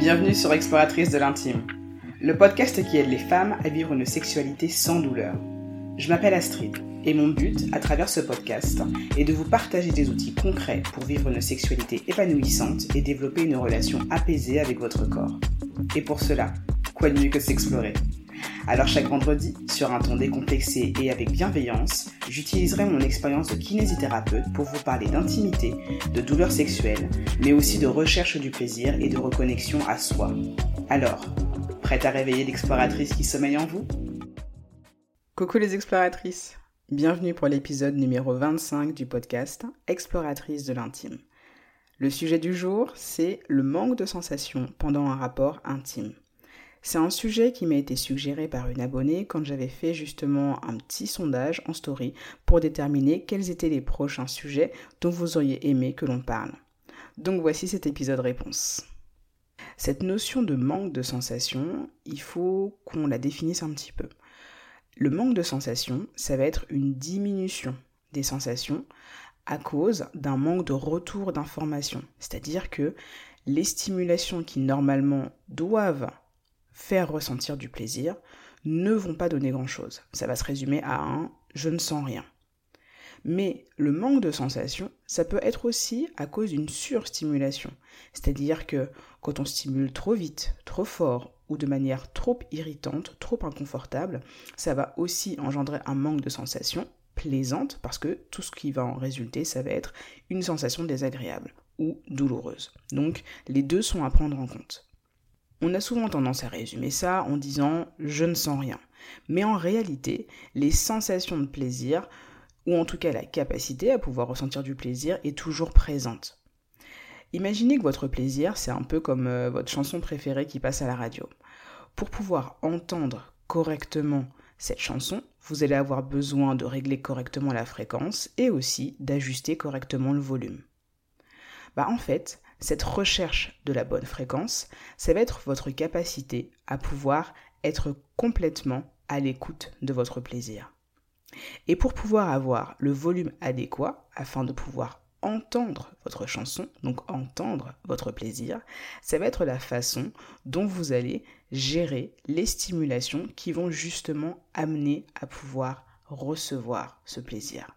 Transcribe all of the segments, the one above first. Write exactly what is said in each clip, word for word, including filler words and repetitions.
Bienvenue sur Exploratrice de l'intime, le podcast qui aide les femmes à vivre une sexualité sans douleur. Je m'appelle Astrid et mon but, à travers ce podcast, est de vous partager des outils concrets pour vivre une sexualité épanouissante et développer une relation apaisée avec votre corps. Et pour cela, quoi de mieux que s'explorer ? Alors chaque vendredi, sur un ton décomplexé et avec bienveillance, j'utiliserai mon expérience de kinésithérapeute pour vous parler d'intimité, de douleurs sexuelles, mais aussi de recherche du plaisir et de reconnexion à soi. Alors, prête à réveiller l'exploratrice qui sommeille en vous ? Coucou les exploratrices, bienvenue pour l'épisode numéro vingt-cinq du podcast Exploratrice de l'intime. Le sujet du jour, c'est le manque de sensations pendant un rapport intime. C'est un sujet qui m'a été suggéré par une abonnée quand j'avais fait justement un petit sondage en story pour déterminer quels étaient les prochains sujets dont vous auriez aimé que l'on parle. Donc voici cet épisode réponse. Cette notion de manque de sensation, il faut qu'on la définisse un petit peu. Le manque de sensation, ça va être une diminution des sensations à cause d'un manque de retour d'information. C'est-à-dire que les stimulations qui normalement doivent faire ressentir du plaisir ne vont pas donner grand-chose. Ça va se résumer à un « je ne sens rien ». Mais le manque de sensation, ça peut être aussi à cause d'une surstimulation. C'est-à-dire que quand on stimule trop vite, trop fort ou de manière trop irritante, trop inconfortable, ça va aussi engendrer un manque de sensation plaisante parce que tout ce qui va en résulter, ça va être une sensation désagréable ou douloureuse. Donc les deux sont à prendre en compte. On a souvent tendance à résumer ça en disant « je ne sens rien ». Mais en réalité, les sensations de plaisir, ou en tout cas la capacité à pouvoir ressentir du plaisir, est toujours présente. Imaginez que votre plaisir, c'est un peu comme euh, votre chanson préférée qui passe à la radio. Pour pouvoir entendre correctement cette chanson, vous allez avoir besoin de régler correctement la fréquence et aussi d'ajuster correctement le volume. Bah en fait, cette recherche de la bonne fréquence, ça va être votre capacité à pouvoir être complètement à l'écoute de votre plaisir. Et pour pouvoir avoir le volume adéquat, afin de pouvoir entendre votre chanson, donc entendre votre plaisir, ça va être la façon dont vous allez gérer les stimulations qui vont justement amener à pouvoir recevoir ce plaisir.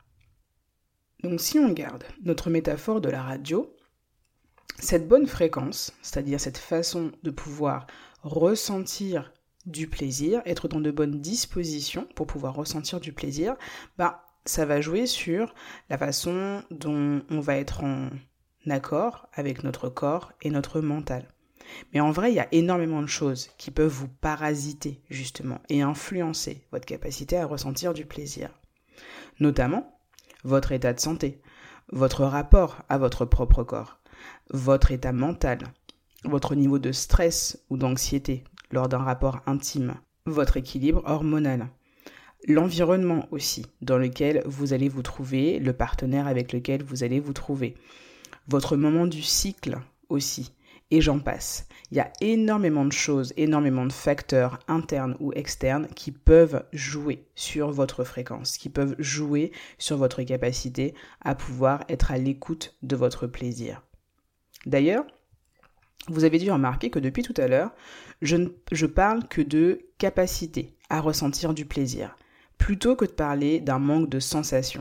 Donc si on garde notre métaphore de la radio, cette bonne fréquence, c'est-à-dire cette façon de pouvoir ressentir du plaisir, être dans de bonnes dispositions pour pouvoir ressentir du plaisir, bah, ça va jouer sur la façon dont on va être en accord avec notre corps et notre mental. Mais en vrai, il y a énormément de choses qui peuvent vous parasiter justement et influencer votre capacité à ressentir du plaisir. Notamment votre état de santé, votre rapport à votre propre corps, votre état mental, votre niveau de stress ou d'anxiété lors d'un rapport intime, votre équilibre hormonal, l'environnement aussi dans lequel vous allez vous trouver, le partenaire avec lequel vous allez vous trouver, votre moment du cycle aussi, et j'en passe. Il y a énormément de choses, énormément de facteurs internes ou externes qui peuvent jouer sur votre fréquence, qui peuvent jouer sur votre capacité à pouvoir être à l'écoute de votre plaisir. D'ailleurs, vous avez dû remarquer que depuis tout à l'heure, je ne je parle que de capacité à ressentir du plaisir, plutôt que de parler d'un manque de sensation.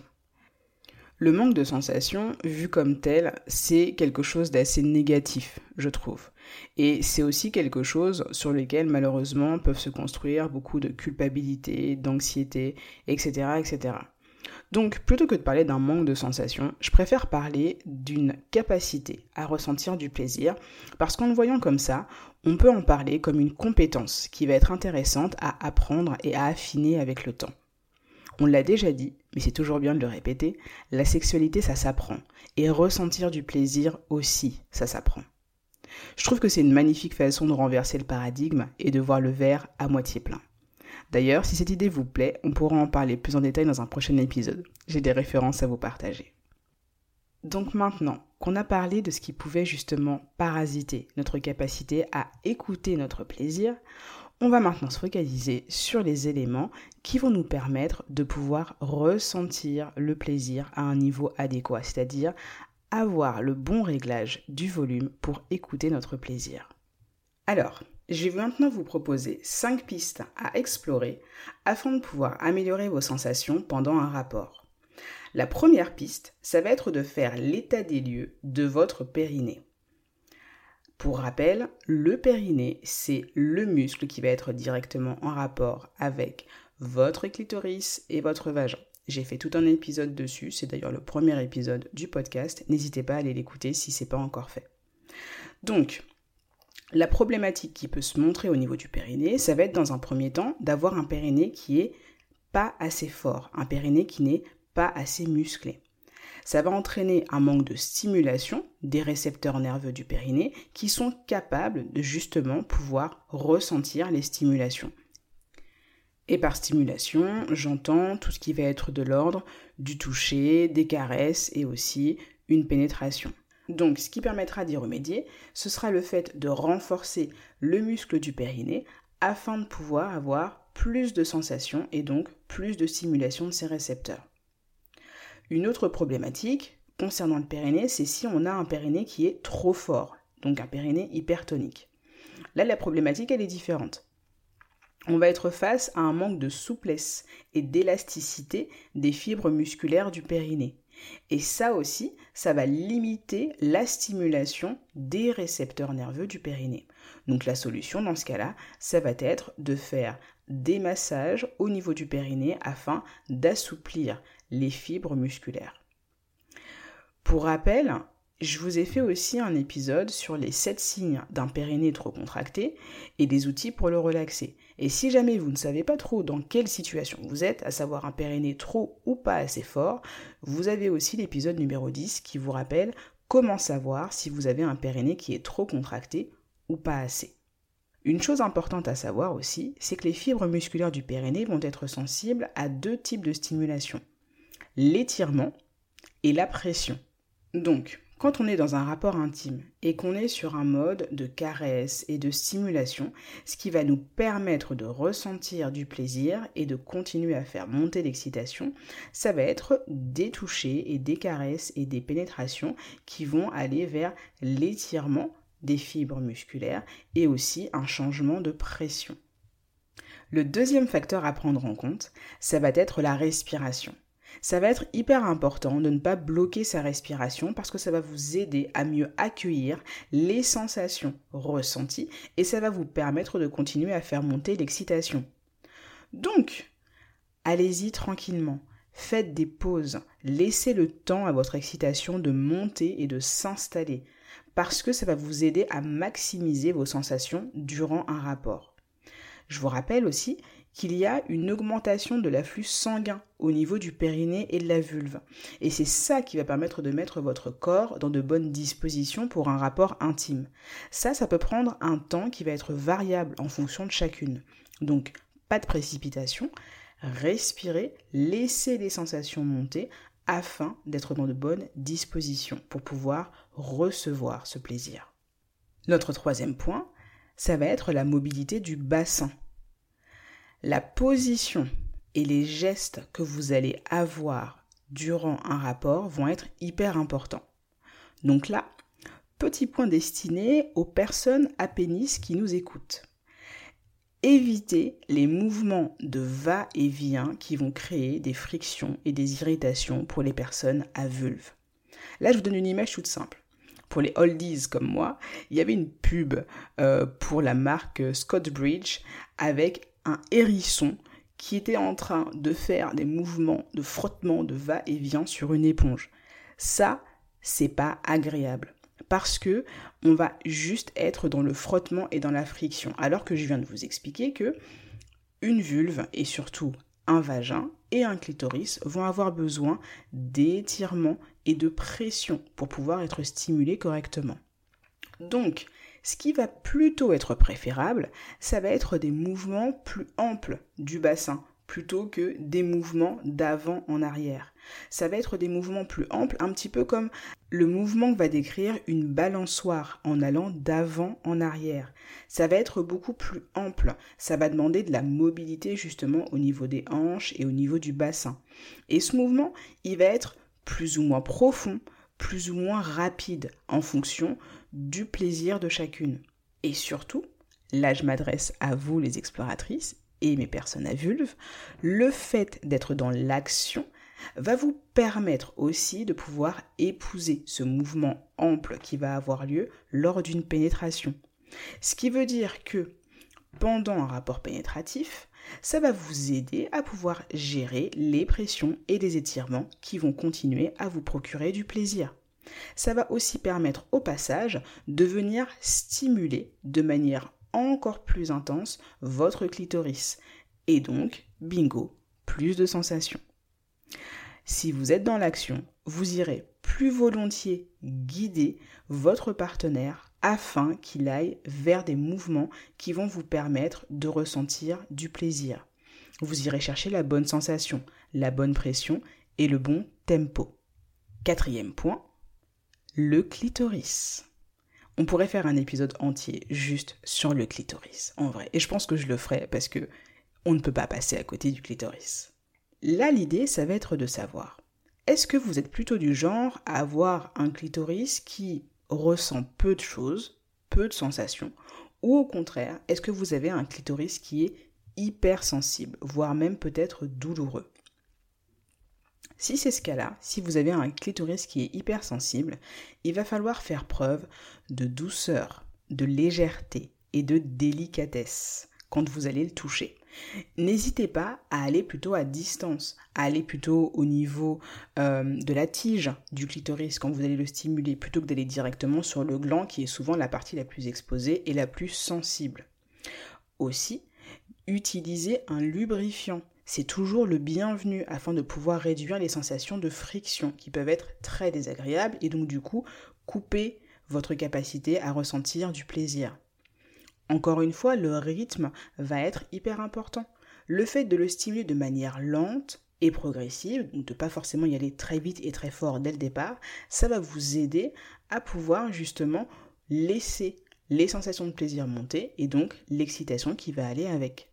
Le manque de sensation, vu comme tel, c'est quelque chose d'assez négatif, je trouve. Et c'est aussi quelque chose sur lequel, malheureusement, peuvent se construire beaucoup de culpabilité, d'anxiété, et cetera, et cetera. Donc, plutôt que de parler d'un manque de sensation, je préfère parler d'une capacité à ressentir du plaisir, parce qu'en le voyant comme ça, on peut en parler comme une compétence qui va être intéressante à apprendre et à affiner avec le temps. On l'a déjà dit, mais c'est toujours bien de le répéter, la sexualité ça s'apprend, et ressentir du plaisir aussi, ça s'apprend. Je trouve que c'est une magnifique façon de renverser le paradigme et de voir le verre à moitié plein. D'ailleurs, si cette idée vous plaît, on pourra en parler plus en détail dans un prochain épisode. J'ai des références à vous partager. Donc maintenant qu'on a parlé de ce qui pouvait justement parasiter notre capacité à écouter notre plaisir, on va maintenant se focaliser sur les éléments qui vont nous permettre de pouvoir ressentir le plaisir à un niveau adéquat, c'est-à-dire avoir le bon réglage du volume pour écouter notre plaisir. Alors, je vais maintenant vous proposer cinq pistes à explorer afin de pouvoir améliorer vos sensations pendant un rapport. La première piste, ça va être de faire l'état des lieux de votre périnée. Pour rappel, le périnée, c'est le muscle qui va être directement en rapport avec votre clitoris et votre vagin. J'ai fait tout un épisode dessus, c'est d'ailleurs le premier épisode du podcast. N'hésitez pas à aller l'écouter si ce n'est pas encore fait. Donc, la problématique qui peut se montrer au niveau du périnée, ça va être dans un premier temps d'avoir un périnée qui est pas assez fort, un périnée qui n'est pas assez musclé. Ça va entraîner un manque de stimulation des récepteurs nerveux du périnée qui sont capables de justement pouvoir ressentir les stimulations. Et par stimulation, j'entends tout ce qui va être de l'ordre du toucher, des caresses et aussi une pénétration. Donc, ce qui permettra d'y remédier, ce sera le fait de renforcer le muscle du périnée afin de pouvoir avoir plus de sensations et donc plus de stimulation de ces récepteurs. Une autre problématique concernant le périnée, c'est si on a un périnée qui est trop fort, donc un périnée hypertonique. Là, la problématique, elle est différente. On va être face à un manque de souplesse et d'élasticité des fibres musculaires du périnée. Et ça aussi, ça va limiter la stimulation des récepteurs nerveux du périnée. Donc la solution dans ce cas-là, ça va être de faire des massages au niveau du périnée afin d'assouplir les fibres musculaires. Pour rappel, je vous ai fait aussi un épisode sur les sept signes d'un périnée trop contracté et des outils pour le relaxer. Et si jamais vous ne savez pas trop dans quelle situation vous êtes, à savoir un périnée trop ou pas assez fort, vous avez aussi l'épisode numéro dix qui vous rappelle comment savoir si vous avez un périnée qui est trop contracté ou pas assez. Une chose importante à savoir aussi, c'est que les fibres musculaires du périnée vont être sensibles à deux types de stimulation, l'étirement et la pression. Donc, quand on est dans un rapport intime et qu'on est sur un mode de caresse et de stimulation, ce qui va nous permettre de ressentir du plaisir et de continuer à faire monter l'excitation, ça va être des touchers et des caresses et des pénétrations qui vont aller vers l'étirement des fibres musculaires et aussi un changement de pression. Le deuxième facteur à prendre en compte, ça va être la respiration. Ça va être hyper important de ne pas bloquer sa respiration parce que ça va vous aider à mieux accueillir les sensations ressenties et ça va vous permettre de continuer à faire monter l'excitation. Donc, allez-y tranquillement, faites des pauses, laissez le temps à votre excitation de monter et de s'installer parce que ça va vous aider à maximiser vos sensations durant un rapport. Je vous rappelle aussi qu'il y a une augmentation de l'afflux sanguin au niveau du périnée et de la vulve. Et c'est ça qui va permettre de mettre votre corps dans de bonnes dispositions pour un rapport intime. Ça, ça peut prendre un temps qui va être variable en fonction de chacune. Donc, pas de précipitation, respirez, laissez les sensations monter afin d'être dans de bonnes dispositions pour pouvoir recevoir ce plaisir. Notre troisième point, ça va être la mobilité du bassin. La position et les gestes que vous allez avoir durant un rapport vont être hyper importants. Donc là, petit point destiné aux personnes à pénis qui nous écoutent. Évitez les mouvements de va-et-vient qui vont créer des frictions et des irritations pour les personnes à vulve. Là, je vous donne une image toute simple. Pour les oldies comme moi, il y avait une pub euh, pour la marque Scottsbridge avec un hérisson qui était en train de faire des mouvements de frottement, de va-et-vient sur une éponge. Ça, c'est pas agréable parce que on va juste être dans le frottement et dans la friction, alors que je viens de vous expliquer que une vulve et surtout un vagin et un clitoris vont avoir besoin d'étirement et de pression pour pouvoir être stimulés correctement. Donc, ce qui va plutôt être préférable, ça va être des mouvements plus amples du bassin, plutôt que des mouvements d'avant en arrière. Ça va être des mouvements plus amples, un petit peu comme le mouvement que va décrire une balançoire en allant d'avant en arrière. Ça va être beaucoup plus ample, ça va demander de la mobilité justement au niveau des hanches et au niveau du bassin. Et ce mouvement, il va être plus ou moins profond, plus ou moins rapide en fonction du plaisir de chacune. Et surtout, là je m'adresse à vous les exploratrices et mes personnes à vulve, le fait d'être dans l'action va vous permettre aussi de pouvoir épouser ce mouvement ample qui va avoir lieu lors d'une pénétration. Ce qui veut dire que pendant un rapport pénétratif, ça va vous aider à pouvoir gérer les pressions et les étirements qui vont continuer à vous procurer du plaisir. Ça va aussi permettre au passage de venir stimuler de manière encore plus intense votre clitoris. Et donc, bingo, plus de sensations. Si vous êtes dans l'action, vous irez plus volontiers guider votre partenaire afin qu'il aille vers des mouvements qui vont vous permettre de ressentir du plaisir. Vous irez chercher la bonne sensation, la bonne pression et le bon tempo. Quatrième point, le clitoris. On pourrait faire un épisode entier juste sur le clitoris, en vrai. Et je pense que je le ferai parce que on ne peut pas passer à côté du clitoris. Là, l'idée, ça va être de savoir, est-ce que vous êtes plutôt du genre à avoir un clitoris qui ressent peu de choses, peu de sensations, ou au contraire, est-ce que vous avez un clitoris qui est hypersensible, voire même peut-être douloureux? Si c'est ce cas-là, si vous avez un clitoris qui est hypersensible, il va falloir faire preuve de douceur, de légèreté et de délicatesse quand vous allez le toucher. N'hésitez pas à aller plutôt à distance, à aller plutôt au niveau euh, de la tige du clitoris quand vous allez le stimuler, plutôt que d'aller directement sur le gland qui est souvent la partie la plus exposée et la plus sensible. Aussi, utilisez un lubrifiant. C'est toujours le bienvenu afin de pouvoir réduire les sensations de friction qui peuvent être très désagréables et donc du coup couper votre capacité à ressentir du plaisir. Encore une fois, le rythme va être hyper important. Le fait de le stimuler de manière lente et progressive, donc de pas forcément y aller très vite et très fort dès le départ, ça va vous aider à pouvoir justement laisser les sensations de plaisir monter et donc l'excitation qui va aller avec.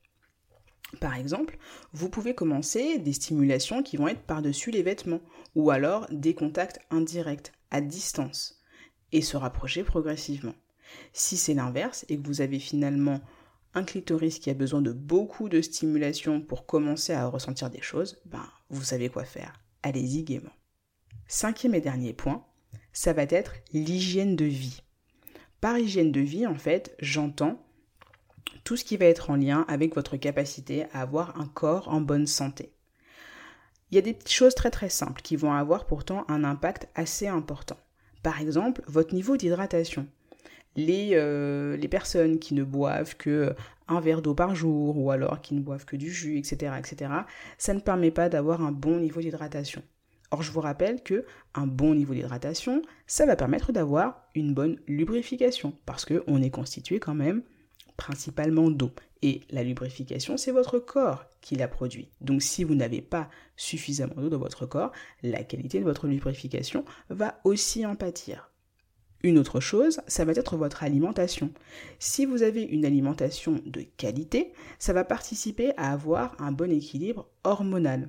Par exemple, vous pouvez commencer des stimulations qui vont être par-dessus les vêtements ou alors des contacts indirects à distance et se rapprocher progressivement. Si c'est l'inverse et que vous avez finalement un clitoris qui a besoin de beaucoup de stimulation pour commencer à ressentir des choses, ben vous savez quoi faire. Allez-y gaiement. Cinquième et dernier point, ça va être l'hygiène de vie. Par hygiène de vie, en fait, j'entends tout ce qui va être en lien avec votre capacité à avoir un corps en bonne santé. Il y a des choses très très simples qui vont avoir pourtant un impact assez important. Par exemple, votre niveau d'hydratation. Les, euh, les personnes qui ne boivent que un verre d'eau par jour ou alors qui ne boivent que du jus, et cetera, et cetera, ça ne permet pas d'avoir un bon niveau d'hydratation. Or, je vous rappelle que un bon niveau d'hydratation, ça va permettre d'avoir une bonne lubrification parce qu'on est constitué quand même principalement d'eau. Et la lubrification, c'est votre corps qui la produit. Donc, si vous n'avez pas suffisamment d'eau dans votre corps, la qualité de votre lubrification va aussi en pâtir. Une autre chose, ça va être votre alimentation. Si vous avez une alimentation de qualité, ça va participer à avoir un bon équilibre hormonal.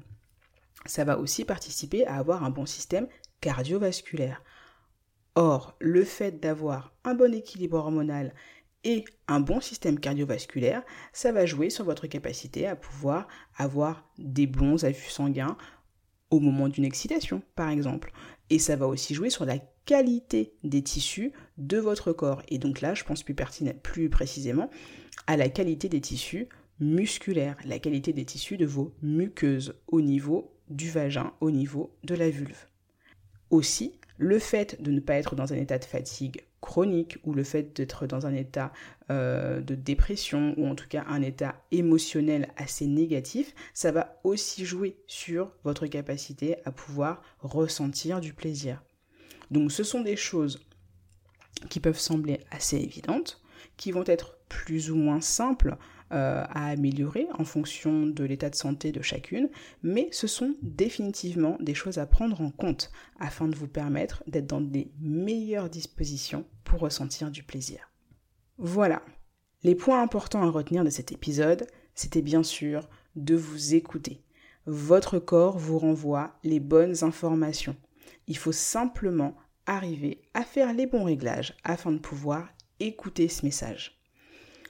Ça va aussi participer à avoir un bon système cardiovasculaire. Or, le fait d'avoir un bon équilibre hormonal et un bon système cardiovasculaire, ça va jouer sur votre capacité à pouvoir avoir des bons afflux sanguins au moment d'une excitation, par exemple. Et ça va aussi jouer sur la qualité des tissus de votre corps. Et donc là, je pense plus pertinent, plus précisément à la qualité des tissus musculaires, la qualité des tissus de vos muqueuses au niveau du vagin, au niveau de la vulve. Aussi, le fait de ne pas être dans un état de fatigue chronique ou le fait d'être dans un état euh, de dépression ou en tout cas un état émotionnel assez négatif, ça va aussi jouer sur votre capacité à pouvoir ressentir du plaisir. Donc ce sont des choses qui peuvent sembler assez évidentes, qui vont être plus ou moins simples euh, à améliorer en fonction de l'état de santé de chacune, mais ce sont définitivement des choses à prendre en compte afin de vous permettre d'être dans des meilleures dispositions pour ressentir du plaisir. Voilà, les points importants à retenir de cet épisode, c'était bien sûr de vous écouter. Votre corps vous renvoie les bonnes informations. Il faut simplement arriver à faire les bons réglages afin de pouvoir écouter ce message.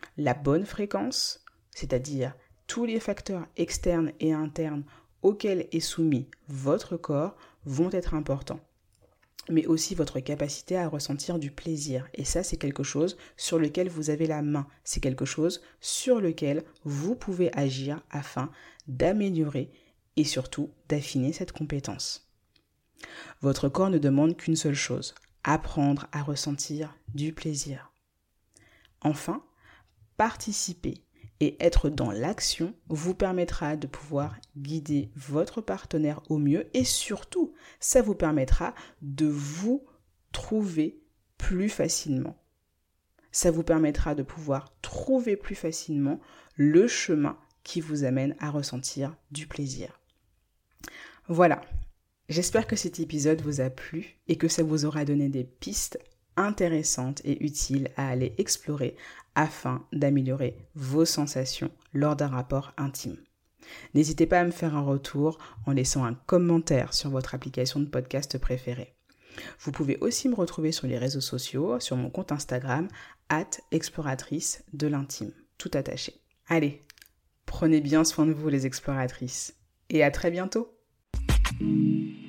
La bonne fréquence, c'est-à-dire tous les facteurs externes et internes auxquels est soumis votre corps vont être importants. Mais aussi votre capacité à ressentir du plaisir. Et ça, c'est quelque chose sur lequel vous avez la main. C'est quelque chose sur lequel vous pouvez agir afin d'améliorer et surtout d'affiner cette compétence. Votre corps ne demande qu'une seule chose, apprendre à ressentir du plaisir. Enfin, participer et être dans l'action vous permettra de pouvoir guider votre partenaire au mieux et surtout, ça vous permettra de vous trouver plus facilement. Ça vous permettra de pouvoir trouver plus facilement le chemin qui vous amène à ressentir du plaisir. Voilà, j'espère que cet épisode vous a plu et que ça vous aura donné des pistes intéressantes et utiles à aller explorer afin d'améliorer vos sensations lors d'un rapport intime. N'hésitez pas à me faire un retour en laissant un commentaire sur votre application de podcast préférée. Vous pouvez aussi me retrouver sur les réseaux sociaux, sur mon compte Instagram, arobase exploratrice de l'intime, tout attaché. Allez, prenez bien soin de vous les exploratrices et à très bientôt. Thank you.